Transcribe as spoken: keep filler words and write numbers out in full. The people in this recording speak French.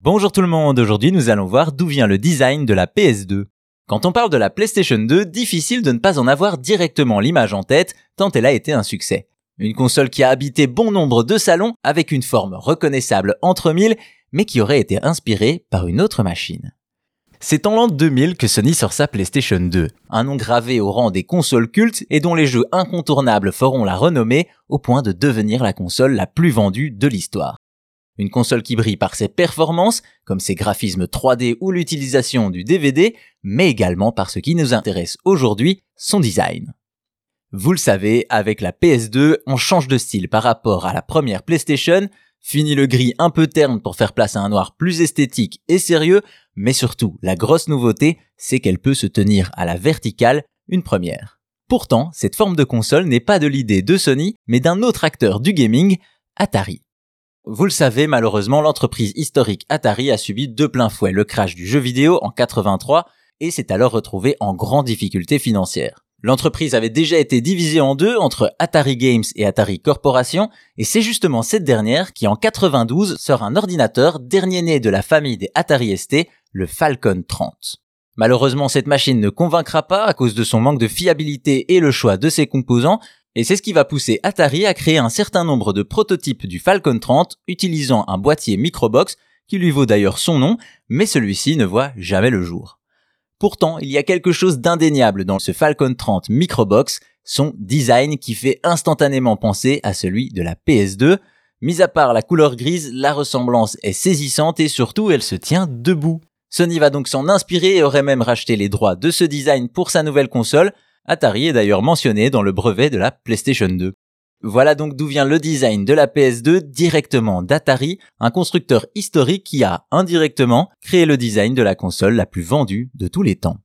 Bonjour tout le monde, aujourd'hui nous allons voir d'où vient le design de la P S deux. Quand on parle de la PlayStation deux, difficile de ne pas en avoir directement l'image en tête, tant elle a été un succès. Une console qui a habité bon nombre de salons avec une forme reconnaissable entre mille, mais qui aurait été inspirée par une autre machine. C'est en l'an deux mille que Sony sort sa PlayStation deux, un nom gravé au rang des consoles cultes et dont les jeux incontournables feront la renommée au point de devenir la console la plus vendue de l'histoire. Une console qui brille par ses performances, comme ses graphismes trois D ou l'utilisation du D V D, mais également par ce qui nous intéresse aujourd'hui, son design. Vous le savez, avec la P S deux, on change de style par rapport à la première PlayStation, fini le gris un peu terne pour faire place à un noir plus esthétique et sérieux, mais surtout, la grosse nouveauté, c'est qu'elle peut se tenir à la verticale, une première. Pourtant, cette forme de console n'est pas de l'idée de Sony, mais d'un autre acteur du gaming, Atari. Vous le savez, malheureusement, l'entreprise historique Atari a subi de plein fouet le crash du jeu vidéo en quatre-vingt-trois et s'est alors retrouvée en grande difficulté financière. L'entreprise avait déjà été divisée en deux entre Atari Games et Atari Corporation et c'est justement cette dernière qui en quatre-vingt-douze sort un ordinateur dernier né de la famille des Atari S T, le Falcon trente. Malheureusement, cette machine ne convaincra pas à cause de son manque de fiabilité et le choix de ses composants, et c'est ce qui va pousser Atari à créer un certain nombre de prototypes du Falcon trente utilisant un boîtier Microbox qui lui vaut d'ailleurs son nom, mais celui-ci ne voit jamais le jour. Pourtant, il y a quelque chose d'indéniable dans ce Falcon trente Microbox, son design qui fait instantanément penser à celui de la P S deux. Mis à part la couleur grise, la ressemblance est saisissante et surtout elle se tient debout. Sony va donc s'en inspirer et aurait même racheté les droits de ce design pour sa nouvelle console. Atari est d'ailleurs mentionné dans le brevet de la PlayStation deux. Voilà donc d'où vient le design de la P S deux directement d'Atari, un constructeur historique qui a, indirectement, créé le design de la console la plus vendue de tous les temps.